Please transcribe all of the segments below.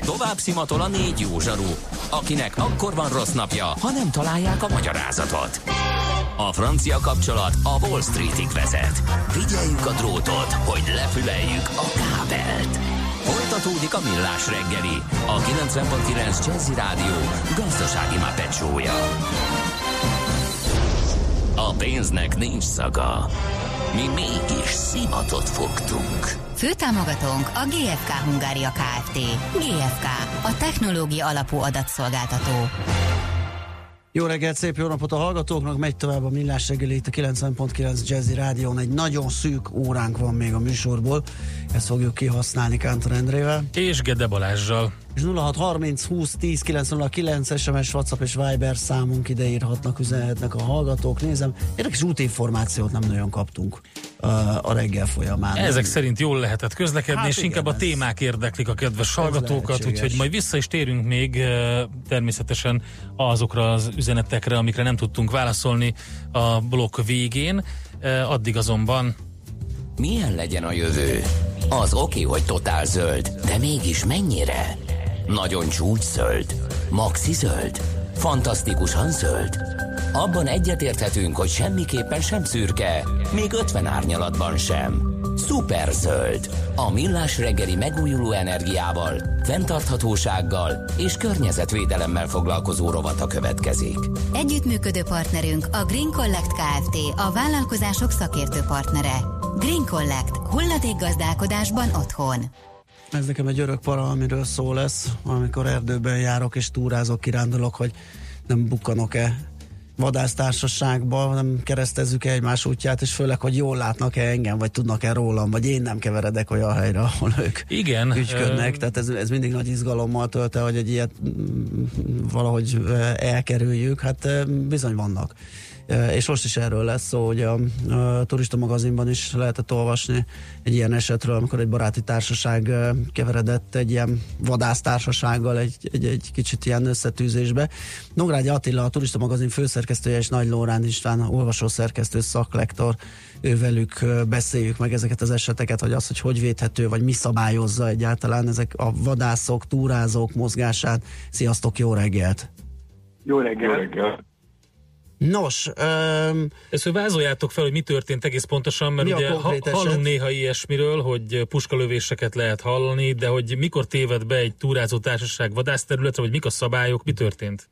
Tovább szimatol a 4 jó zsaru, akinek akkor van rossz napja, ha nem találják a magyarázatot. A francia kapcsolat a Wall Streetig vezet. Figyeljük a drótot, hogy lefüleljük a kábelt. Folytatódik a Millás reggeli, a 90.9 Jazzy Rádió gazdasági mápecsója. A pénznek nincs szaga. Mi mégis szimatot fogtunk. Főtámogatónk a GFK Hungária Kft. GFK, a technológia alapú adatszolgáltató. Jó reggelt, szép jó napot a hallgatóknak, megy tovább a Millás reggeli itt a 90.9 Jazzy Rádión. Egy nagyon szűk óránk van még a műsorból, ezt fogjuk kihasználni Kántor Endrével. És Gede Balázssal. És 0630 20 10 909 SMS, WhatsApp és Viber számunk, ide írhatnak, üzenhetnek a hallgatók. Nézem, érdekes útinformációt nem nagyon kaptunk a reggel folyamán. Ezek szerint jól lehetett közlekedni, és inkább a témák érdeklik a kedves hallgatókat, úgyhogy majd vissza is térünk még természetesen azokra az üzenetekre, amikre nem tudtunk válaszolni a blokk végén. Addig azonban... Milyen legyen a jövő? Az oké, hogy totál zöld, de mégis mennyire? Nagyon csúcs zöld? Maxi zöld? Fantasztikusan zöld? Abban egyetérthetünk, hogy semmiképpen sem szürke, még 50 árnyalatban sem. Szuper zöld. A Millás reggeli megújuló energiával, fenntarthatósággal és környezetvédelemmel foglalkozó rovata következik. Együttműködő partnerünk a Green Collect Kft. A vállalkozások szakértő partnere. Green Collect. Hulladékgazdálkodásban otthon. Ez nekem egy örök para, amiről szó lesz, amikor erdőben járok és túrázok, kirándulok, hogy nem bukkanok-e vadásztársaságba, nem keresztezzük-e egymás útját, és főleg, hogy jól látnak-e engem, vagy tudnak-e rólam, vagy én nem keveredek olyan helyre, ahol ők ügyködnek. Tehát ez mindig nagy izgalommal tölt el, hogy egy ilyet valahogy elkerüljük. Hát bizony vannak. És most is erről lesz szó, hogy a Turista magazinban is lehetett olvasni egy ilyen esetről, amikor egy baráti társaság keveredett egy ilyen vadásztársasággal egy kicsit ilyen összetűzésbe. Nógrádi Attila, a Turista magazin főszerkesztője, és Nagy Lórán István, olvasószerkesztő, szaklektor, ővelük beszéljük meg ezeket az eseteket, hogy az, hogy védhető, vagy mi szabályozza egyáltalán ezek a vadászok, túrázók mozgását. Sziasztok, jó reggelt! Jó reggelt! Jó reggelt. Nos, ezt vázoljátok fel, hogy mi történt egész pontosan, mert ugye hallunk néha ilyesmiről, hogy puskalövéseket lehet hallani, de hogy mikor téved be egy túrázó társaság vadászterületre, vagy mik a szabályok, mi történt?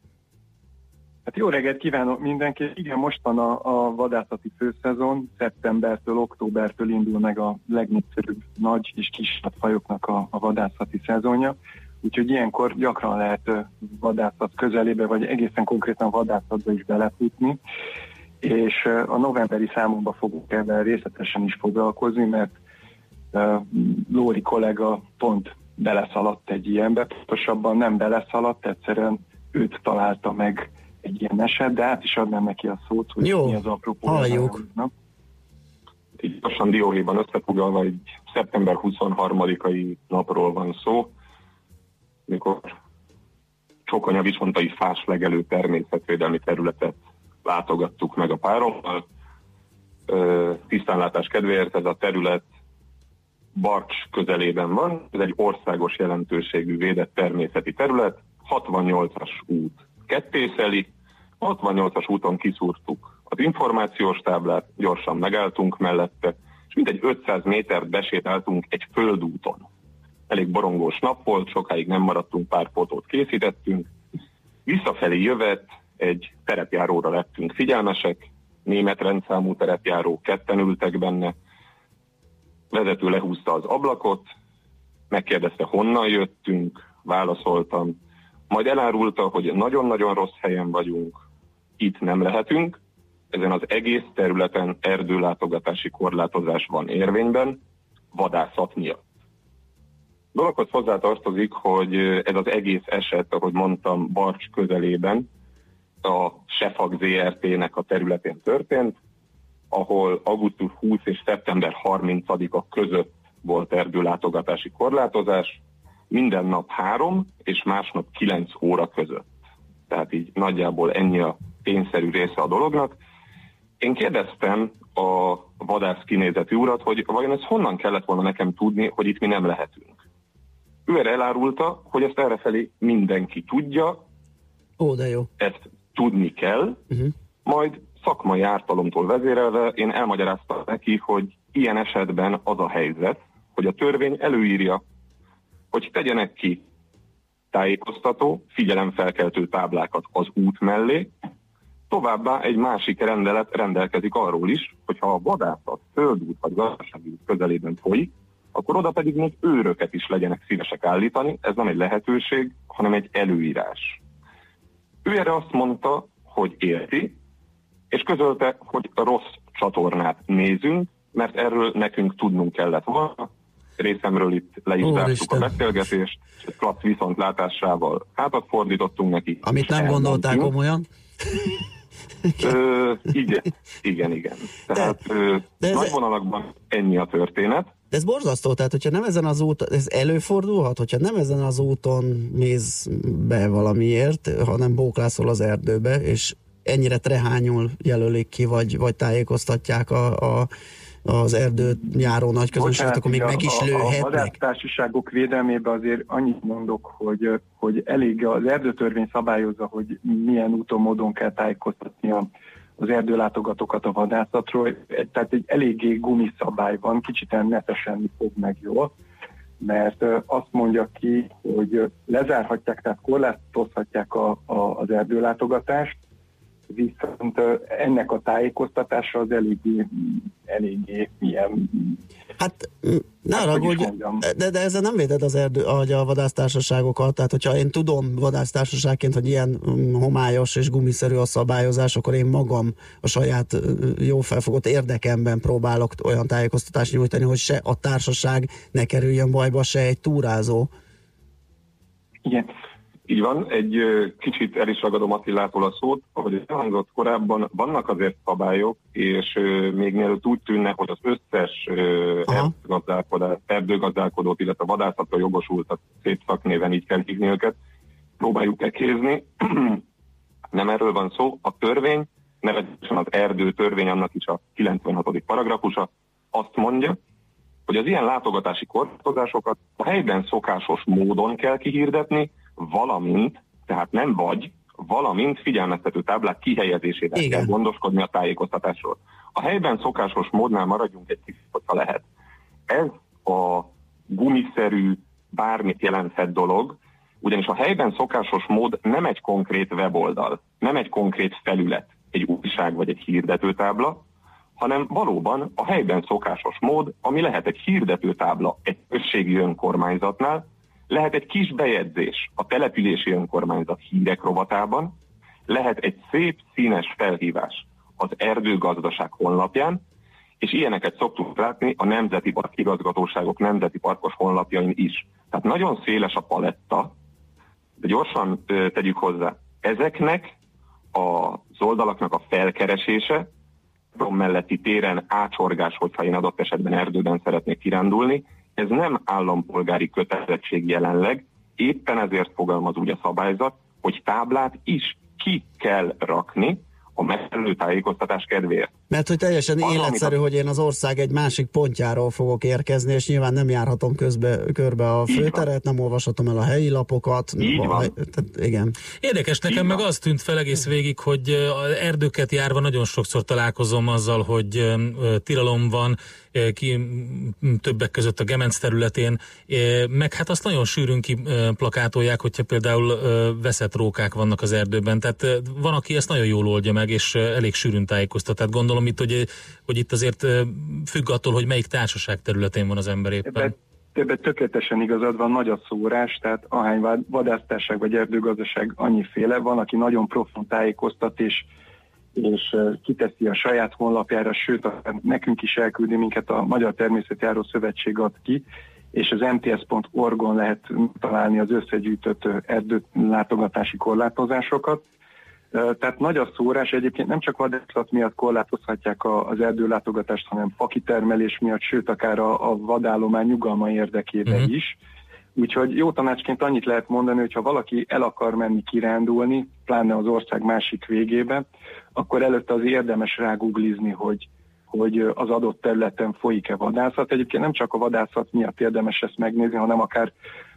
Hát jó reggelt kívánok mindenki. Igen, most van a vadászati főszezon, szeptembertől, októbertől indul meg a legnépszerűbb nagy és kis fajoknak a vadászati szezonja. Úgyhogy ilyenkor gyakran lehet vadászat közelébe, vagy egészen konkrétan vadászatba is belefutni. És a novemberi számunkban fogunk ebben részletesen is foglalkozni, mert Lóri kollega pont beleszaladt egy ilyenbe, pontosabban nem beleszaladt, egyszerűen őt találta meg egy ilyen eset, de át is adnám neki a szót, hogy jó, mi az apropó. halljuk. Így lassan dióhéjban összefoglalva egy szeptember 23-ai napról van szó, mikor Csokanya Visontai fás legelő természetvédelmi területet látogattuk meg a párommal. Tisztánlátás kedvéért ez a terület Barcs közelében van, ez egy országos jelentőségű védett természeti terület, 68-as út kettészeli, 68-as úton kiszúrtuk az információs táblát, gyorsan megálltunk mellette, és mintegy 500 métert besétáltunk egy földúton. Elég borongós nap volt, sokáig nem maradtunk, pár fotót készítettünk. Visszafelé jövet egy terepjáróra lettünk figyelmesek, német rendszámú terepjáró, ketten ültek benne. Vezető lehúzta az ablakot, megkérdezte, honnan jöttünk, válaszoltam. Majd elárulta, hogy nagyon-nagyon rossz helyen vagyunk, itt nem lehetünk. Ezen az egész területen erdőlátogatási korlátozás van érvényben, vadászat miatt. Dologhoz hozzátartozik, hogy ez az egész eset, ahogy mondtam, Barcs közelében, a Sefag ZRT-nek a területén történt, ahol augusztus 20 és szeptember 30-a között volt erdőlátogatási korlátozás, minden nap 3 és másnap 9 óra között. Tehát így nagyjából ennyi a tényszerű része a dolognak. Én kérdeztem a vadász kinézetű urat, hogy vajon ez honnan kellett volna nekem tudni, hogy itt mi nem lehetünk. ő erre elárulta, hogy ezt errefelé mindenki tudja, de jó. ezt tudni kell, majd szakmai ártalomtól vezérelve én elmagyaráztam neki, hogy ilyen esetben az a helyzet, hogy a törvény előírja, hogy tegyenek ki tájékoztató, figyelemfelkeltő táblákat az út mellé, továbbá egy másik rendelet rendelkezik arról is, hogyha a vadászat földút vagy gazdasági út közelében folyik, akkor oda pedig még őröket is legyenek szívesek állítani, ez nem egy lehetőség, hanem egy előírás. Ő erre azt mondta, hogy érti, és közölte, hogy rossz csatornát nézünk, mert erről nekünk tudnunk kellett volna. Részemről itt le is zártuk a beszélgetést, és egy klassz viszontlátásával hátat fordítottunk neki. Amit nem gondolták komolyan. Igen. Tehát nagy vonalakban ennyi a történet. De ez borzasztó, tehát hogyha nem ezen az úton, ez előfordulhat, hogyha nem ezen az úton mész be valamiért, hanem bóklászol az erdőbe, és ennyire trehányul jelölik ki, vagy tájékoztatják az erdőt járó nagy közönséget, akkor még meg is lőhetnek. A vadásztársaságok védelmében azért annyit mondok, hogy elég az erdőtörvény szabályozza, hogy milyen úton, módon kell tájékoztatni az erdőlátogatókat a vadászatról. Tehát egy eléggé gumiszabály van, kicsit netesen fog meg jól, mert azt mondja ki, hogy lezárhatják, tehát korlátozhatják az erdőlátogatást, viszont ennek a tájékoztatása az eléggé ilyen... Hát, de ezzel nem véded a vadásztársaságokat, tehát hogyha én tudom vadásztársaságként, hogy ilyen homályos és gumiszerű a szabályozás, akkor én magam a saját jó felfogott érdekemben próbálok olyan tájékoztatást nyújtani, hogy se a társaság ne kerüljön bajba, se egy túrázó. Igen. Így van, egy kicsit el is ragadom Attilától a szót, ahogy elhangzott korábban, vannak azért szabályok, és még mielőtt úgy tűnne, hogy az összes erdőgazdálkodót, illetve vadászatra jogosultat szép szaknéven így kell hívni őket, próbáljuk ekézni. Nem erről van szó, a törvény, nevezetesen az erdőtörvény, annak is a 96. paragrafusa, azt mondja, hogy az ilyen látogatási korlátozásokat a helyben szokásos módon kell kihirdetni, valamint, tehát nem valamint figyelmeztető táblák kihelyezésével kell gondoskodni a tájékoztatásról. A helyben szokásos módnál maradjunk egy kicsit, hogyha lehet. Ez a gumiszerű, bármit jelenthet dolog, ugyanis a helyben szokásos mód nem egy konkrét weboldal, nem egy konkrét felület, egy újság vagy egy hirdetőtábla, hanem valóban a helyben szokásos mód, ami lehet egy hirdetőtábla egy községi önkormányzatnál, lehet egy kis bejegyzés a települési önkormányzat hírek rovatában, lehet egy szép színes felhívás az erdőgazdaság honlapján, és ilyeneket szoktuk látni a nemzeti parkigazgatóságok nemzeti parkos honlapjain is. Tehát nagyon széles a paletta, de gyorsan tegyük hozzá, ezeknek az oldalaknak a felkeresése, melletti téren ácsorgás, hogyha én adott esetben erdőben szeretnék kirándulni, ez nem állampolgári kötelezettség jelenleg, éppen ezért fogalmaz úgy a szabályzat, hogy táblát is ki kell rakni a megfelelő tájékoztatás kedvéért. Mert hogy teljesen életszerű, hogy én az ország egy másik pontjáról fogok érkezni, és nyilván nem járhatom körbe a főteret, nem olvashatom el a helyi lapokat. Igen. Érdekes, nekem meg az tűnt fel egész végig, hogy erdőket járva nagyon sokszor találkozom azzal, hogy tilalom van, többek között a Gemenc területén, meg hát azt nagyon sűrűn kiplakátolják, hogyha például veszett rókák vannak az erdőben. Tehát van, aki ezt nagyon jól oldja meg, és elég sűrűn tájékoztat. Tehát gondolom itt, hogy itt azért függ attól, hogy melyik társaság területén van az ember éppen. Ebben tökéletesen igazad van, nagy a szórás, tehát ahány vadásztárság vagy erdőgazdaság annyiféle van, aki nagyon profund tájékoztat, és kiteszi a saját honlapjára, sőt, nekünk is elküldi, minket a Magyar Természetjáró Szövetség ad ki, és az mts.org-on lehet találni az összegyűjtött erdőlátogatási korlátozásokat. Tehát nagy a szórás, egyébként nem csak vadászat miatt korlátozhatják az erdőlátogatást, hanem fakitermelés miatt, sőt, akár a vadállomány nyugalma érdekében is. Úgyhogy jó tanácsként annyit lehet mondani, hogy ha valaki el akar menni kirándulni, pláne az ország másik végébe, akkor előtte az érdemes rágooglizni, hogy az adott területen folyik-e vadászat. Egyébként nem csak a vadászat miatt érdemes ezt megnézni, hanem akár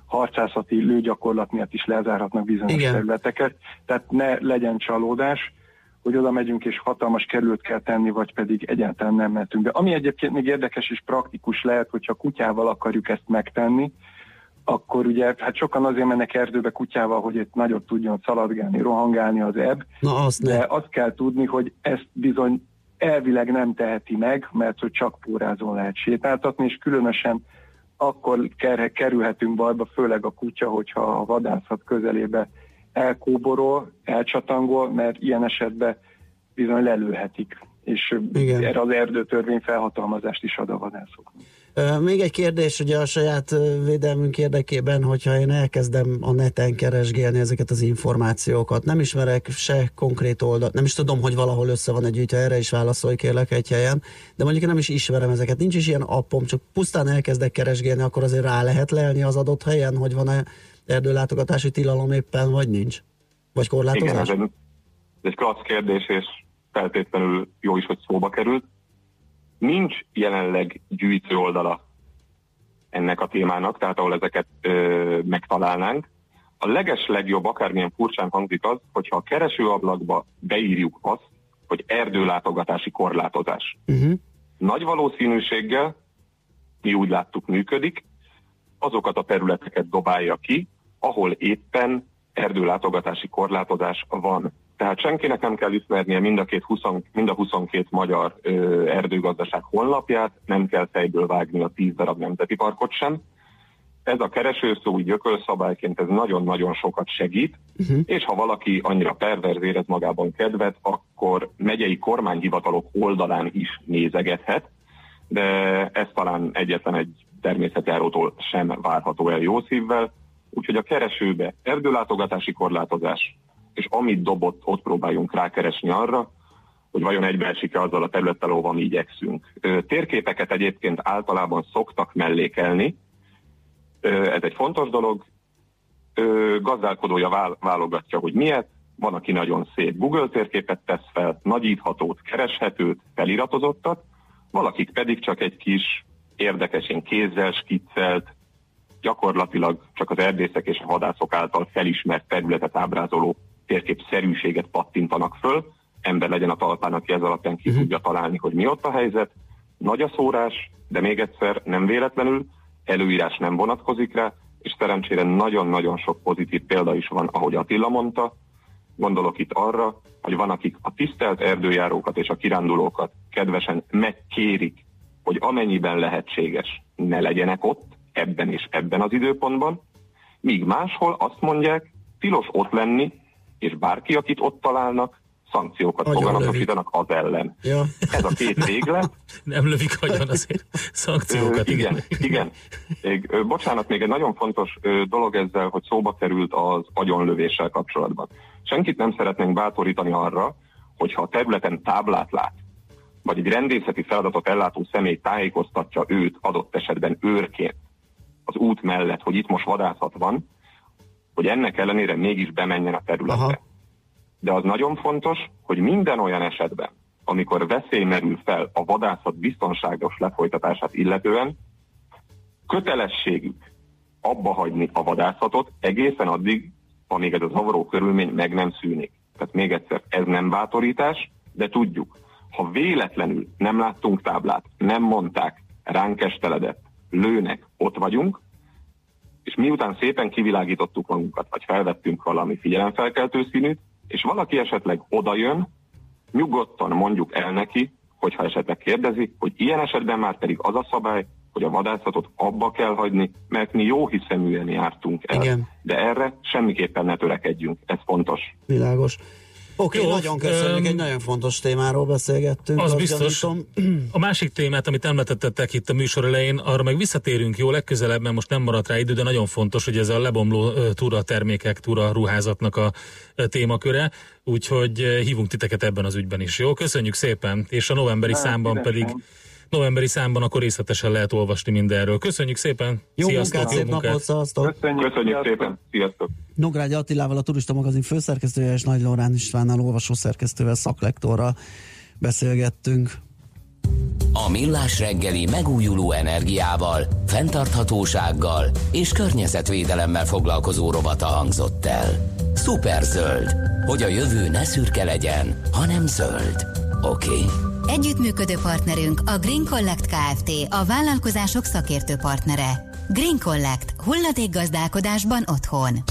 harcászati lőgyakorlat miatt is lezárhatnak bizonyos területeket. Tehát ne legyen csalódás, hogy oda megyünk és hatalmas került kell tenni, vagy pedig egyáltalán nem mehetünk be. Ami egyébként még érdekes és praktikus lehet, hogyha kutyával akarjuk ezt megtenni, akkor ugye, hát sokan azért mennek erdőbe kutyával, hogy itt nagyot tudjon szaladgálni, rohangálni az ebb, de azt kell tudni, hogy ezt bizony elvileg nem teheti meg, mert hogy csak pórázon lehet sétáltatni, és különösen akkor kerülhetünk bajba, főleg a kutya, hogyha a vadászat közelébe elkóborol, elcsatangol, mert ilyen esetben bizony lelőhetik, és erre az erdőtörvény felhatalmazást is ad a vadászoknak. Még egy kérdés, ugye a saját védelmünk érdekében, hogyha én elkezdem a neten keresgélni ezeket az információkat, nem ismerek se konkrét oldalt, nem is tudom, hogy valahol össze van egy gyűjtve, erre is válaszolj kérlek egy helyen, de mondjuk én nem is ismerem ezeket, nincs is ilyen appom, csak pusztán elkezdek keresgélni, akkor azért rá lehet lelni az adott helyen, hogy van-e erdőlátogatási tilalom éppen, vagy nincs? Vagy korlátozás? Igen, ez egy klassz kérdés, és feltétlenül jó is, hogy szóba került. Nincs jelenleg gyűjtő oldala ennek a témának, tehát ahol ezeket megtalálnánk. A legeslegjobb, akármilyen furcsán hangzik az, hogyha a keresőablakba beírjuk azt, hogy erdőlátogatási korlátozás. Nagy valószínűséggel, mi úgy láttuk működik, azokat a területeket dobálja ki, ahol éppen erdőlátogatási korlátozás van. Tehát senkinek nem kell ismernie mind a 22 magyar erdőgazdaság honlapját, nem kell fejből vágni a 10 darab nemzeti parkot sem. Ez a keresőszó úgy ökölszabályként ez nagyon-nagyon sokat segít, és ha valaki annyira perverz érez magában kedvet, akkor megyei kormányhivatalok oldalán is nézegethet, de ez talán egyetlen egy természetjárótól sem várható el jó szívvel, úgyhogy a keresőbe erdőlátogatási korlátozás, és amit dobott, ott próbáljunk rákeresni arra, hogy vajon egybeesik-e azzal a területtel, ahova mi igyekszünk. Térképeket egyébként általában szoktak mellékelni, ez egy fontos dolog, gazdálkodója válogatja, hogy miért, van, aki nagyon szép Google térképet tesz fel, nagyíthatót, kereshetőt, feliratozottat, valakik pedig csak egy kis érdekesen kézzel skiccelt, gyakorlatilag csak az erdészek és a vadászok által felismert területet ábrázoló térképszerűséget pattintanak föl, ember legyen a talpán, aki ez alapján ki tudja találni, hogy mi ott a helyzet. Nagy a szórás, de még egyszer nem véletlenül, előírás nem vonatkozik rá, és szerencsére nagyon-nagyon sok pozitív példa is van, ahogy Attila mondta. Gondolok itt arra, hogy van, akik a tisztelt erdőjárókat és a kirándulókat kedvesen megkérik, hogy amennyiben lehetséges, ne legyenek ott, ebben és ebben az időpontban, míg máshol azt mondják, tilos ott lenni, és bárki, akit ott találnak, szankciókat foganatosítanak az ellen. Ja. Ez a két véglet. Nem lövik agyon azért szankciókat. Igen. Bocsánat, még egy nagyon fontos dolog ezzel, hogy szóba került az agyonlövéssel kapcsolatban. Senkit nem szeretnénk bátorítani arra, hogyha a területen táblát lát, vagy egy rendészeti feladatot ellátó személy tájékoztatja őt adott esetben őrként az út mellett, hogy itt most vadászat van, hogy ennek ellenére mégis bemenjen a területre. Aha. De az nagyon fontos, hogy minden olyan esetben, amikor veszély merül fel a vadászat biztonságos lefolytatását illetően, kötelességük abba hagyni a vadászatot egészen addig, amíg ez a zavaró körülmény meg nem szűnik. Tehát még egyszer, ez nem bátorítás, de tudjuk, ha véletlenül nem láttunk táblát, nem mondták, ránk esteledett, lőnek, ott vagyunk, és miután szépen kivilágítottuk magunkat, vagy felvettünk valami figyelemfelkeltő színűt, és valaki esetleg odajön, nyugodtan mondjuk el neki, hogyha esetleg kérdezi, hogy ilyen esetben már pedig az a szabály, hogy a vadászatot abba kell hagyni, mert mi jó hiszeműen jártunk el. Igen. De erre semmiképpen ne törekedjünk, ez fontos. Világos. Oké, nagyon köszönjük, egy nagyon fontos témáról beszélgettünk. Az biztos. A másik témát, amit említettetek itt a műsor elején, arra meg visszatérünk jó legközelebb, mert most nem maradt rá idő, de nagyon fontos, hogy ez a lebomló túra termékek, túra ruházatnak a témaköre, úgyhogy hívunk titeket ebben az ügyben is. Jó, köszönjük szépen, és a novemberi számban akkor részletesen lehet olvasni mindenről. Köszönjük szépen! Jó munkát, szép napot, szevasztok! Köszönjük szépen! Sziasztok! Nográdi Attilával, a Turista Magazin főszerkesztője, és Nagy Lórán Istvánnal, olvasószerkesztővel, szaklektorral beszélgettünk. A Millás reggeli megújuló energiával, fenntarthatósággal és környezetvédelemmel foglalkozó rovata hangzott el. Szuperzöld, hogy a jövő ne szürke legyen, hanem zöld. Oké? Együttműködő partnerünk a Green Collect Kft. A vállalkozások szakértő partnere. Green Collect. Hulladékgazdálkodásban otthon.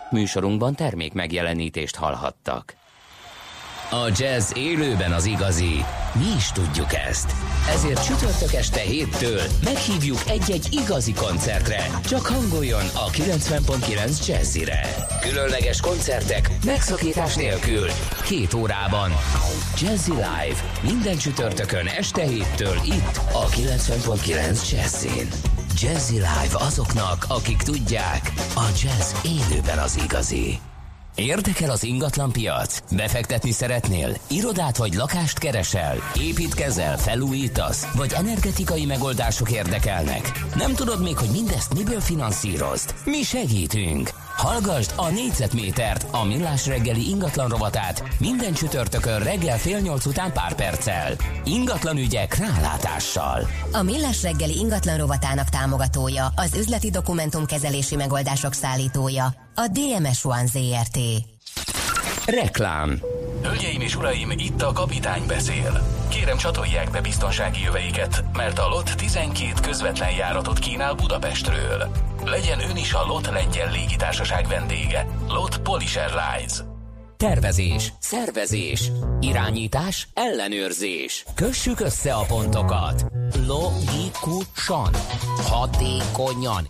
Műsorunkban termék megjelenítést hallhattak. A jazz élőben az igazi. Mi is tudjuk ezt. Ezért csütörtök este 7-től meghívjuk egy-egy igazi koncertre. Csak hangoljon a 90.9 Jazzire. Különleges koncertek megszakítás nélkül. 2 órában. Jazzy Live. Minden csütörtökön este 7-től itt a 90.9 Jazzin. Jazzy Live azoknak, akik tudják, a jazz élőben az igazi. Érdekel az ingatlanpiac? Befektetni szeretnél? Irodát vagy lakást keresel? Építkezel, felújítasz? Vagy energetikai megoldások érdekelnek? Nem tudod még, hogy mindezt miből finanszírozd? Mi segítünk! Hallgasd a Négyzetmétert, a Millás reggeli ingatlan rovatát minden csütörtökön reggel 7:30 után pár perccel. Ingatlan ügyek rálátással. A Millás reggeli ingatlan rovatának támogatója, az üzleti dokumentumkezelési megoldások szállítója, a DMS One ZRT. Reklám. Hölgyeim és uraim, itt a kapitány beszél. Kérem, csatolják be biztonsági jöveiket, mert a LOT 12 közvetlen járatot kínál Budapestről. Legyen ön is a LOT lengyel légitársaság vendége. LOT Polish Airlines. Tervezés, szervezés, irányítás, ellenőrzés. Kössük össze a pontokat. Logikusan, hatékonyan.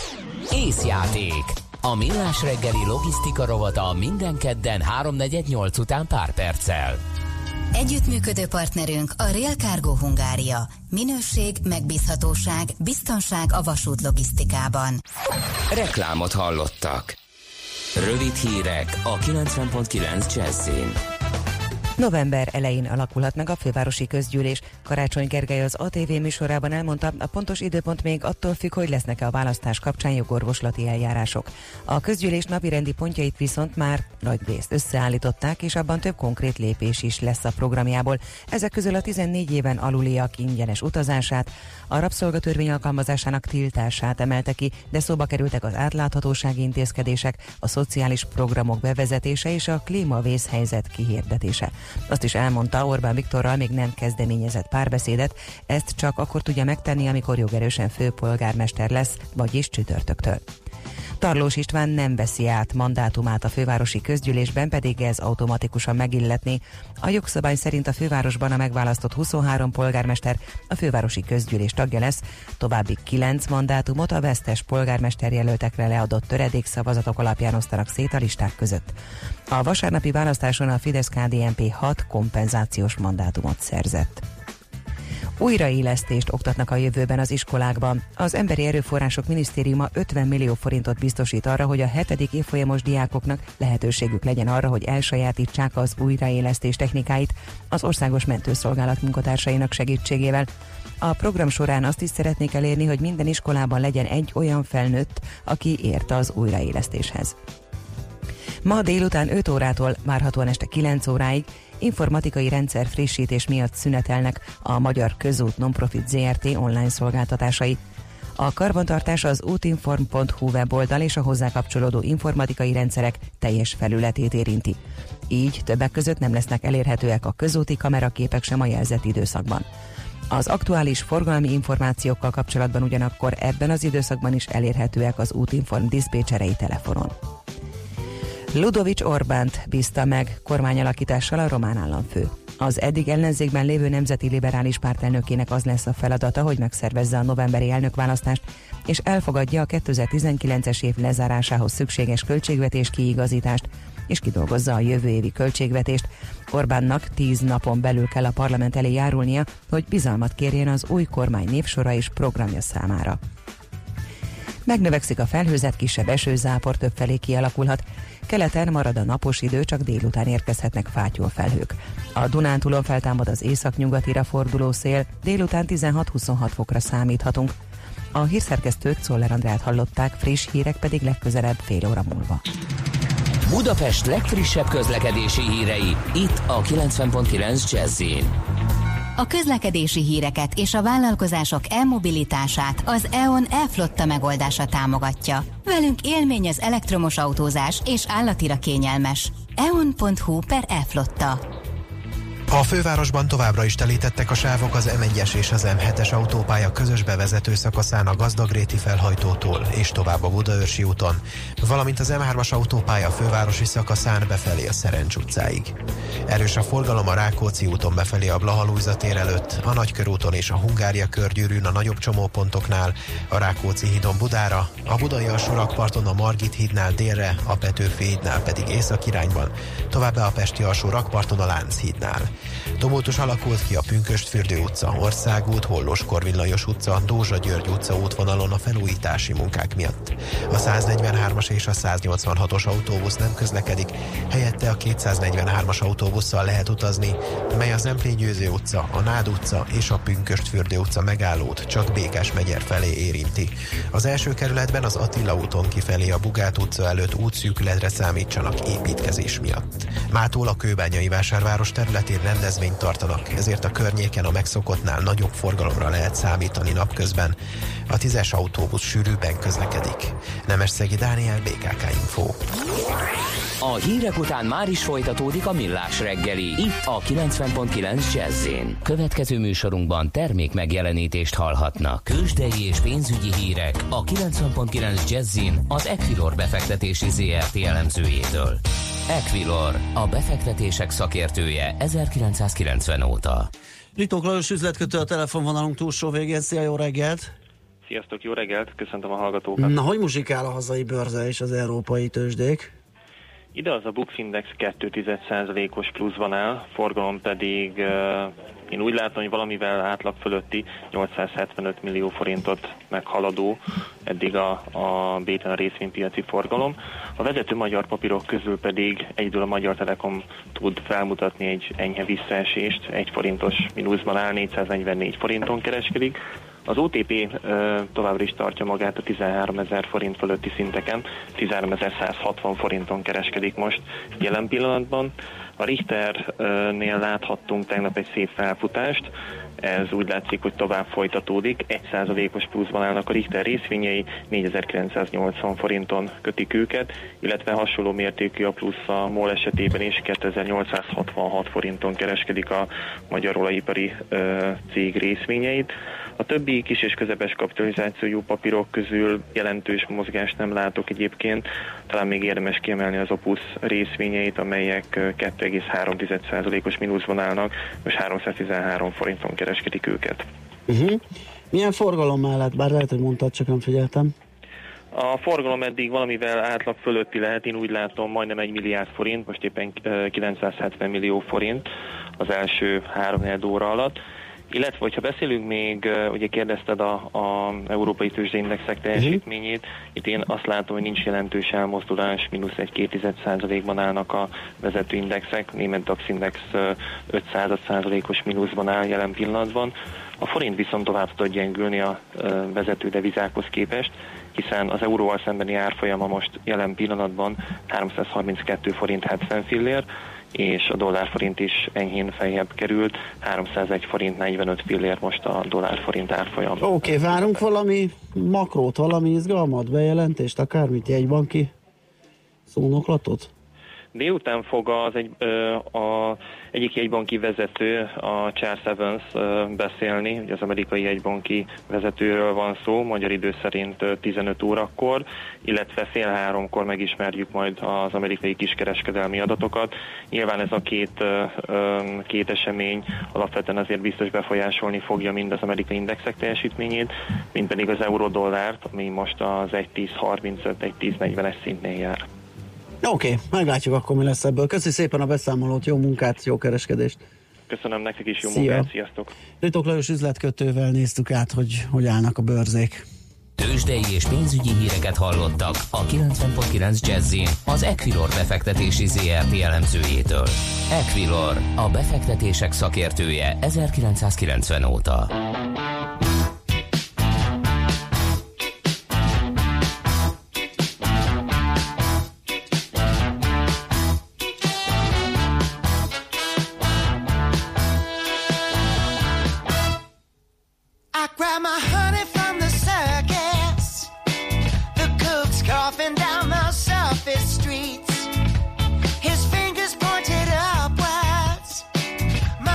Észjáték. A Millás reggeli logisztika rovata minden kedden 3:48 után pár perccel. Együttműködő partnerünk a Rail Cargo Hungária. Minőség, megbízhatóság, biztonság a vasút logisztikában. Reklámot hallottak. Rövid hírek a 90.9 Jazzin. November elején alakulhat meg a fővárosi közgyűlés. Karácsony Gergely az ATV műsorában elmondta, a pontos időpont még attól függ, hogy lesznek-e a választás kapcsán jogorvoslati eljárások. A közgyűlés napirendi pontjait viszont már nagyrészt összeállították, és abban több konkrét lépés is lesz a programjából. Ezek közül a 14 éven aluliak ingyenes utazását, a rabszolgatörvény alkalmazásának tiltását emelte ki, de szóba kerültek az átláthatósági intézkedések, a szociális programok bevezetése és a klímavészhelyzet kihirdetése. Azt is elmondta, Orbán Viktorral még nem kezdeményezett párbeszédet, ezt csak akkor tudja megtenni, amikor jogerősen főpolgármester lesz, vagyis csütörtöktől. Tarlós István nem veszi át mandátumát a fővárosi közgyűlésben, pedig ez automatikusan megilletné. A jogszabály szerint a fővárosban a megválasztott 23 polgármester a fővárosi közgyűlés tagja lesz, további 9 mandátumot a vesztes polgármesterjelöltekre leadott töredékszavazatok alapján osztanak szét a listák között. A vasárnapi választáson a Fidesz-KDNP 6 kompenzációs mandátumot szerzett. Újraélesztést oktatnak a jövőben az iskolákban. Az Emberi Erőforrások Minisztériuma 50 millió forintot biztosít arra, hogy a 7. évfolyamos diákoknak lehetőségük legyen arra, hogy elsajátítsák az újraélesztés technikáit az Országos Mentőszolgálat munkatársainak segítségével. A program során azt is szeretnék elérni, hogy minden iskolában legyen egy olyan felnőtt, aki ért az újraélesztéshez. Ma délután 5 órától várhatóan este 9 óráig informatikai rendszer frissítés miatt szünetelnek a Magyar Közút Nonprofit ZRT online szolgáltatásai. A karbantartás az útinform.hu weboldal és a hozzá kapcsolódó informatikai rendszerek teljes felületét érinti. Így többek között nem lesznek elérhetőek a közúti kameraképek sem a jelzett időszakban. Az aktuális forgalmi információkkal kapcsolatban ugyanakkor ebben az időszakban is elérhetőek az Útinform diszpécserei telefonon. Ludovic Orbánt bízta meg kormányalakítással a román államfő. Az eddig ellenzékben lévő Nemzeti Liberális Párt elnökének az lesz a feladata, hogy megszervezze a novemberi elnökválasztást, és elfogadja a 2019-es év lezárásához szükséges költségvetés kiigazítást, és kidolgozza a jövő évi költségvetést. Orbánnak 10 napon belül kell a parlament elé járulnia, hogy bizalmat kérjen az új kormány névsora és programja számára. Megnövekszik a felhőzet, kisebb esőzápor többfelé kialakulhat. Keleten marad a napos idő, csak délután érkezhetnek fátyolfelhők. A Dunántúlon feltámad az északnyugatira forduló szél, délután 16-26 fokra számíthatunk. A hírszerkesztőt, Czoller Andrát hallották, friss hírek pedig legközelebb fél óra múlva. Budapest legfrissebb közlekedési hírei, itt a 90.9 Jazz-in. A közlekedési híreket és a vállalkozások e-mobilitását az E.ON e-flotta megoldása támogatja. Velünk élmény az elektromos autózás és állatira kényelmes. eon.hu/e-flotta. A fővárosban továbbra is telítettek a sávok az M1-es és az M7-es autópálya közös bevezető szakaszán a Gazdagréti felhajtótól és tovább a Budaörsi úton, valamint az M3-as autópálya fővárosi szakaszán befelé a Szerencs utcáig. Erős a forgalom a Rákóczi úton befelé a Blaha-Lujza tér előtt, a Nagykörúton és a Hungária körgyűrűn a nagyobb csomópontoknál, a Rákóczi hídon Budára, a Budai alsó rakparton a Margit hídnál délre, a Petőfi hídnál pedig északirányban, továbbá a Pesti alsó rakparton a Lánchídnál. Tumultus alakult ki a Pünkösdfürdő utca, Országút, Hollós-Korvin Lajos utca, Dózsa-György utca útvonalon a felújítási munkák miatt. A 143-as és a 186-os autóbusz nem közlekedik, helyette a 243-as autóbusszal lehet utazni, mely az Zemplén-Győző utca, a Nád utca és a Pünkösdfürdő utca megállót csak Békás-megyer felé érinti. Az első kerületben az Attila úton kifelé a Bugát utca előtt útszűkületre számítsanak építkezés miatt. Mától a kőbányai vásárváros területén rendezvényt tartanak, ezért a környéken a megszokottnál nagyobb forgalomra lehet számítani napközben. A 10-es autóbusz sűrűbben közlekedik. Nemesszegi Dániel, BKK Info. A hírek után már is folytatódik a Millás reggeli, itt a 90.9 Jazz-én. Következő műsorunkban termék megjelenítést hallhatnak. Kősdei és pénzügyi hírek a 90.9 Jazz-én az Equilor befektetési ZRT elemzőjétől. Equilor, a befektetések szakértője 1990 óta. Ritók Lajos üzletkötő a telefonvonalunk túlsó végén. Szia, jó reggelt! Sziasztok, jó reggelt, köszöntöm a hallgatókat. Na, hogy muzsikál a hazai bőrze és az európai tőzsdék? Ide az a Bux Index 2,1%-os pluszban áll, forgalom pedig én úgy látom, hogy valamivel átlag fölötti 875 millió forintot meghaladó eddig a B-ten a részvénypiaci forgalom. A vezető magyar papírok közül pedig egyedül a Magyar Telekom tud felmutatni egy enyhe visszaesést, 1 forintos mínuszban áll, 444 forinton kereskedik. Az OTP továbbra is tartja magát a 13 000 forint fölötti szinteken, 13.160 forinton kereskedik most jelen pillanatban. A Richternél láthattunk tegnap egy szép felfutást, ez úgy látszik, hogy tovább folytatódik, 1%-os pluszban állnak a Richter részvényei, 4980 forinton kötik őket, illetve hasonló mértékű a plusz a MOL esetében is, 2866 forinton kereskedik a magyar olajipari cég részvényeit. A többi kis és közepes kapitalizációjú papírok közül jelentős mozgást nem látok egyébként, talán még érdemes kiemelni az Opus részvényeit, amelyek 2,3%-os mínuszban állnak, most 313 forinton kereskedik őket. Milyen forgalom mellett? Bár lehet, hogy mondtad, csak nem figyeltem. A forgalom eddig valamivel átlag fölötti lehet, én úgy látom majdnem 1 milliárd forint, most éppen 970 millió forint az első 3-4 óra alatt. Illetve, hogyha beszélünk még, ugye kérdezted a európai tőzsdeindexek teljesítményét, itt én azt látom, hogy nincs jelentős elmozdulás, mínusz 1,2%-ban állnak a vezető indexek, német DAX index 0,5%-os mínuszban áll jelen pillanatban. A forint viszont tovább tud gyengülni a vezető devizákhoz képest, hiszen az euróval szembeni árfolyama most jelen pillanatban 332 forint 70 fillér, és a dollárforint is enyhén feljebb került, 301 forint 45 fillér most a dollárforint árfolyam. Oké, várunk valami makrót, valami izgalmat, bejelentést, akármit, jegybanki szónoklatot? Délután fog egyik jegybanki vezető, a Charles Evans beszélni, ugye az amerikai jegybanki vezetőről van szó, magyar idő szerint 15 órakor, illetve 2:30 megismerjük majd az amerikai kiskereskedelmi adatokat. Nyilván ez a két esemény alapvetően azért biztos befolyásolni fogja mind az amerikai indexek teljesítményét, mind pedig az euró-dollárt, ami most az 1,1035-1,1040-es szintnél jár. Oké, meglátjuk akkor, mi lesz ebből. Köszi szépen a beszámolót, jó munkát, jó kereskedést! Köszönöm nektek is, jó munkát, sziasztok! Ritók Lajos üzletkötővel néztük át, hogy állnak a bőrzék. Tőzsdei és pénzügyi híreket hallottak a 90.9 Jazz-in az Equilor befektetési ZRT elemzőjétől. Equilor, a befektetések szakértője 1990 óta. His fingers pointed upwards.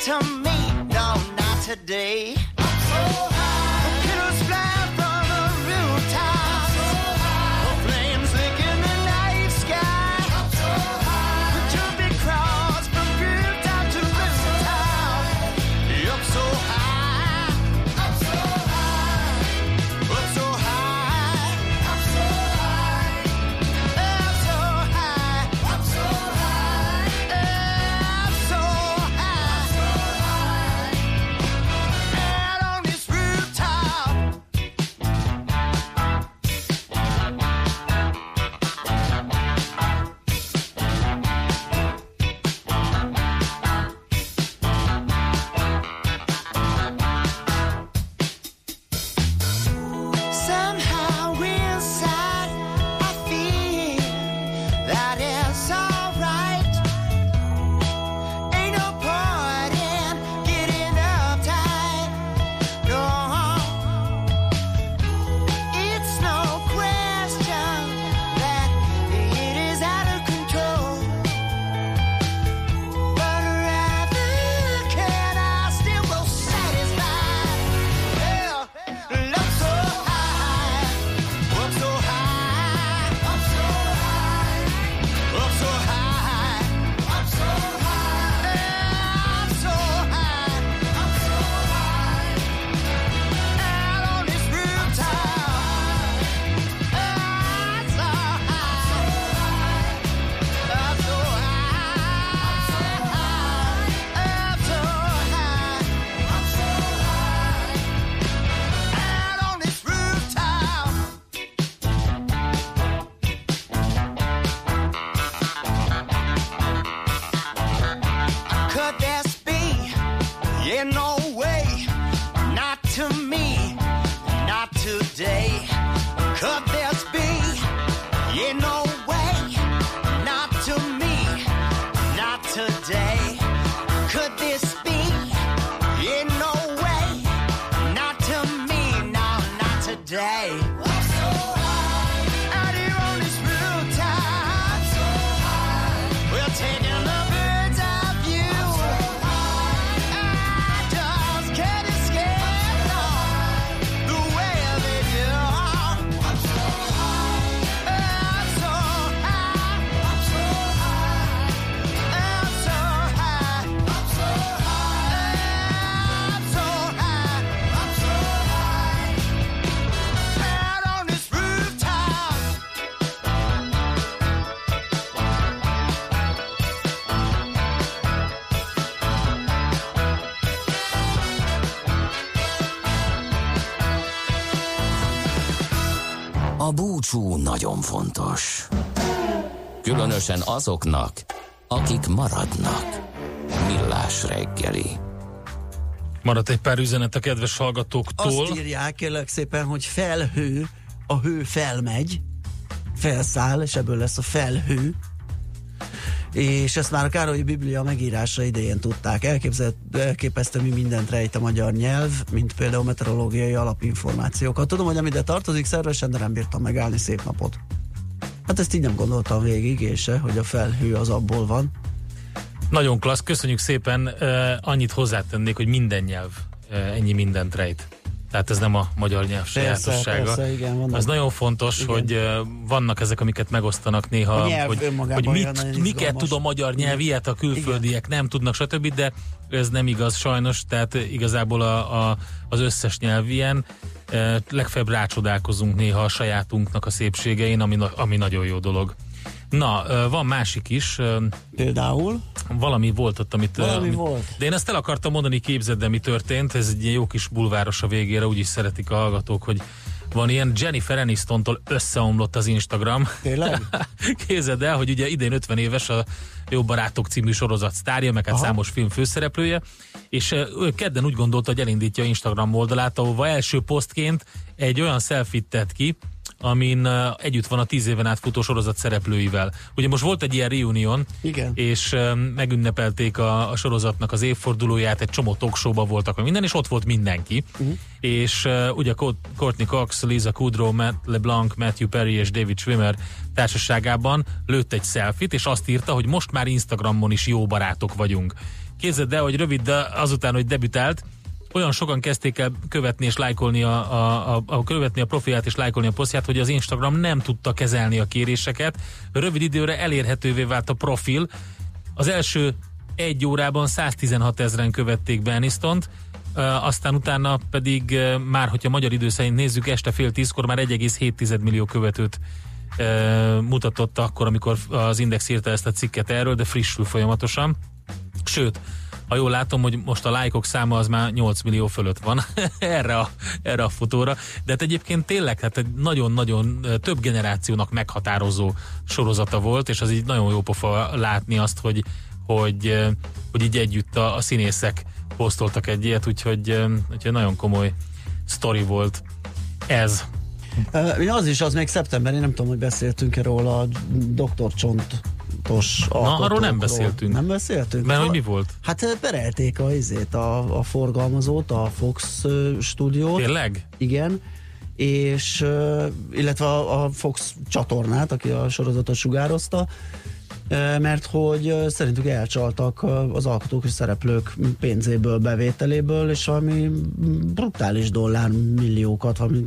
to me, no, not today. Killers fly from the rooftops, flames licking the night sky. The jumping cross from rooftop to rooftop, up so high, up so high, up so high, up so high, up so high, up so high, up so high, and on this rooftop. Somehow inside I feel that it's alright. Ain't no point in getting uptight. No, it's no question that it is out of control. But rather can I still go satisfied? Yeah, love so high, up so high, up so high, up so high, up so high, up so high, up so high, out on this rooftop, up so high, up so high, up so high, up so high, out on this rooftop. Could this be? Yeah, no way. Not to me, not today. Could this be? Yeah, no way. Not to me, not today. Could this be? Yeah, no way. Not to me, no, not today. Out here on this rooftop, we're taking the bird's eye view. I just can't escape the way they do. Up so high, up so high, up so high, up so high, up so high, up so high, up so high, out on this rooftop. A búcsú nagyon fontos. Különösen azoknak, akik maradnak. Millás reggeli. Maradt egy pár üzenet a kedves hallgatóktól. Azt írják kérlek szépen, hogy felhő, a hő felmegy, felszáll, és ebből lesz a felhő. És ezt már a Károlyi Biblia megírása idején tudták. Elképesztő, mi mindent rejt a magyar nyelv, mint például meteorológiai alapinformációkat. Tudom, hogy ami ide tartozik szervesen, de nem bírtam megállni, szép napot. Hát ezt így nem gondoltam végig, és hogy a felhő az abból van. Nagyon klassz, köszönjük szépen. Annyit hozzátennék, hogy minden nyelv ennyi mindent rejt. Tehát ez nem a magyar nyelv sajátossága. Persze, igen, az nagyon fontos, igen, hogy vannak ezek, amiket megosztanak néha, hogy miket tud a magyar nyelv, ilyet a külföldiek igen, nem tudnak, stb., de ez nem igaz sajnos, tehát igazából az összes nyelv ilyen. Legfeljebb rácsodálkozunk néha a sajátunknak a szépségein, ami nagyon jó dolog. Na, van másik is. Például? Valami volt ott, amit... volt. De én ezt el akartam mondani, képzeld, de mi történt. Ez egy jó kis bulváros a végére, úgyis szeretik a hallgatók, hogy van ilyen. Jennifer Anistontól összeomlott az Instagram. Tényleg? Képzeld el, hogy ugye idén 50 éves a Jó Barátok című sorozat sztárja, meg hát számos film főszereplője, és ő kedden úgy gondolta, hogy elindítja Instagram oldalát, ahova első posztként egy olyan selfie-t tett ki, amin együtt van a 10 éven át futó sorozat szereplőivel. Ugye most volt egy ilyen reunion, igen, és megünnepelték a sorozatnak az évfordulóját, egy csomó talkshowba voltak, minden, és ott volt mindenki. És ugye Courtney Cox, Lisa Kudrow, Matt LeBlanc, Matthew Perry és David Schwimmer társaságában lőtt egy selfie-t, és azt írta, hogy most már Instagramon is jó barátok vagyunk. Képzeld el, hogy rövid, de azután, hogy debütált, olyan sokan kezdték el követni és lájkolni követni a profilját és lájkolni a posztját, hogy az Instagram nem tudta kezelni a kéréseket. Rövid időre elérhetővé vált a profil. Az első 1 órában 116 000 követték be Anistont, aztán utána pedig már, hogyha magyar idő szerint nézzük, este 9:30 már 1,7 millió követőt mutatott akkor, amikor az Index írta ezt a cikket erről, de frissül folyamatosan. Sőt, ha jól látom, hogy most a lájkok száma az már 8 millió fölött van erre a fotóra, de hát egyébként tényleg hát egy nagyon-nagyon több generációnak meghatározó sorozata volt, és az így nagyon jó pofa látni azt, hogy így együtt a színészek posztoltak egy ilyet, úgyhogy nagyon komoly sztori volt ez. Az még szeptember, én nem tudom, hogy beszéltünk róla, a Dr. Csontos alkotókról. Arról nem beszéltünk. Nem beszéltünk? Mert hogy mi volt? Hát perelték a forgalmazót, a Fox stúdiót. Tényleg? Igen. És illetve a Fox csatornát, aki a sorozatot sugározta, mert hogy szerintük elcsaltak az alkotók és szereplők pénzéből, bevételéből, és valami brutális dollármilliókat, valami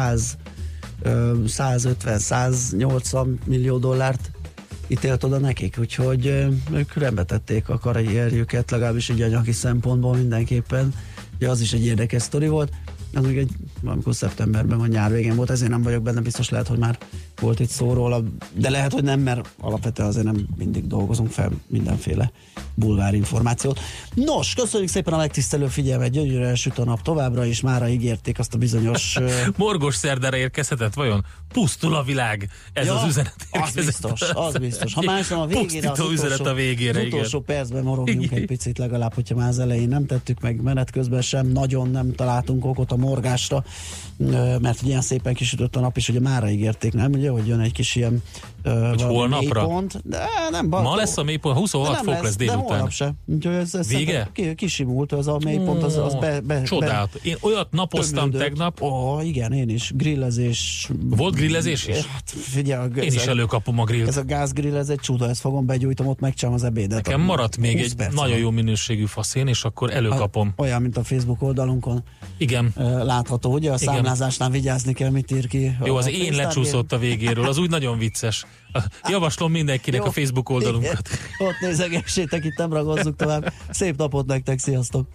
150-180 millió dollárt ítélt oda nekik, úgyhogy ők rendbe tették a karrierjüket, legalábbis egy anyagi szempontból mindenképpen. Ugye az is egy érdekes sztori volt, az még valamikor szeptemberben vagy nyár végén volt, ezért nem vagyok benne, biztos lehet, hogy már volt itt szó róla, de lehet, hogy nem, mert alapvetően azért nem mindig dolgozunk fel mindenféle bulvár információt. Nos, köszönjük szépen a megtisztelő figyelmet, gyönyörűen süt a nap továbbra is, mára ígérték azt a bizonyos... Morgos szerdára érkezhetett, vajon? Pusztul a világ, ez az üzenet érkezett. Az biztos. Ha más nem a végére, az utolsó percben morogjunk egy picit legalább, hogyha már az elején nem tettük meg, menet közben sem nagyon nem találtunk okot a morgásra, mert ilyen szépen kisütött a nap is, ugye mára ígérték, nem? Ugye, hogy jön egy kis ilyen holnapra? mélypont. De nem, ma lesz a mélypont, 26 fok lesz délután. De holnap se. Vége? Kisimult, az a mélypont, az csodálatos. Én olyat napoztam tegnap. Igen, én is. Grillezés. Volt grillezés is? Hát, figyelj, én is előkapom a grillt. Ez a gázgrill, ez egy csuda, ezt fogom, begyújtom, ott megcsinálom az ebédet. Nekem maradt még egy nagyon jó minőségű faszén, és akkor előkapom. Olyan, mint a Facebook oldalunkon. Igen. Látható, ugye? A számlázásnál vigyázni kell, mit ír ki. Jó, az én lecsúszott a végéről, az úgy nagyon vicces. Javaslom mindenkinek a Facebook oldalunkat. Igen. Ott nézegessétek, itt nem ragozzuk tovább. Szép napot nektek, sziasztok!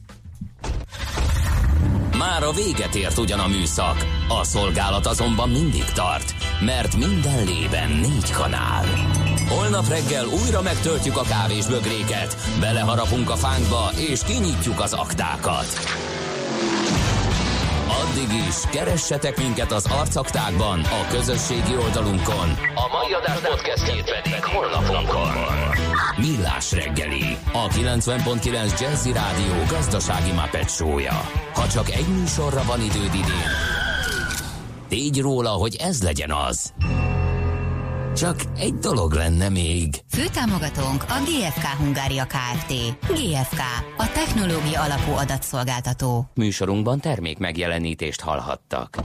Már a véget ért ugyan a műszak, a szolgálat azonban mindig tart, mert minden lében 4 kanál. Holnap reggel újra megtöltjük a kávésbögréket, beleharapunk a fánkba és kinyitjuk az aktákat. Addig is keressetek minket az arcaktákban, a közösségi oldalunkon. A mai adás podcastjét pedig honlapunkon. Millás reggeli, a 90.9 Jazzy Rádió gazdasági Muppet show-ja. Ha csak egy műsorra van időd idén, tégy róla, hogy ez legyen az. Csak egy dolog lenne még. Főtámogatónk a GFK Hungária Kft. GFK, a technológia alapú adatszolgáltató. Műsorunkban termék megjelenítést hallhattak.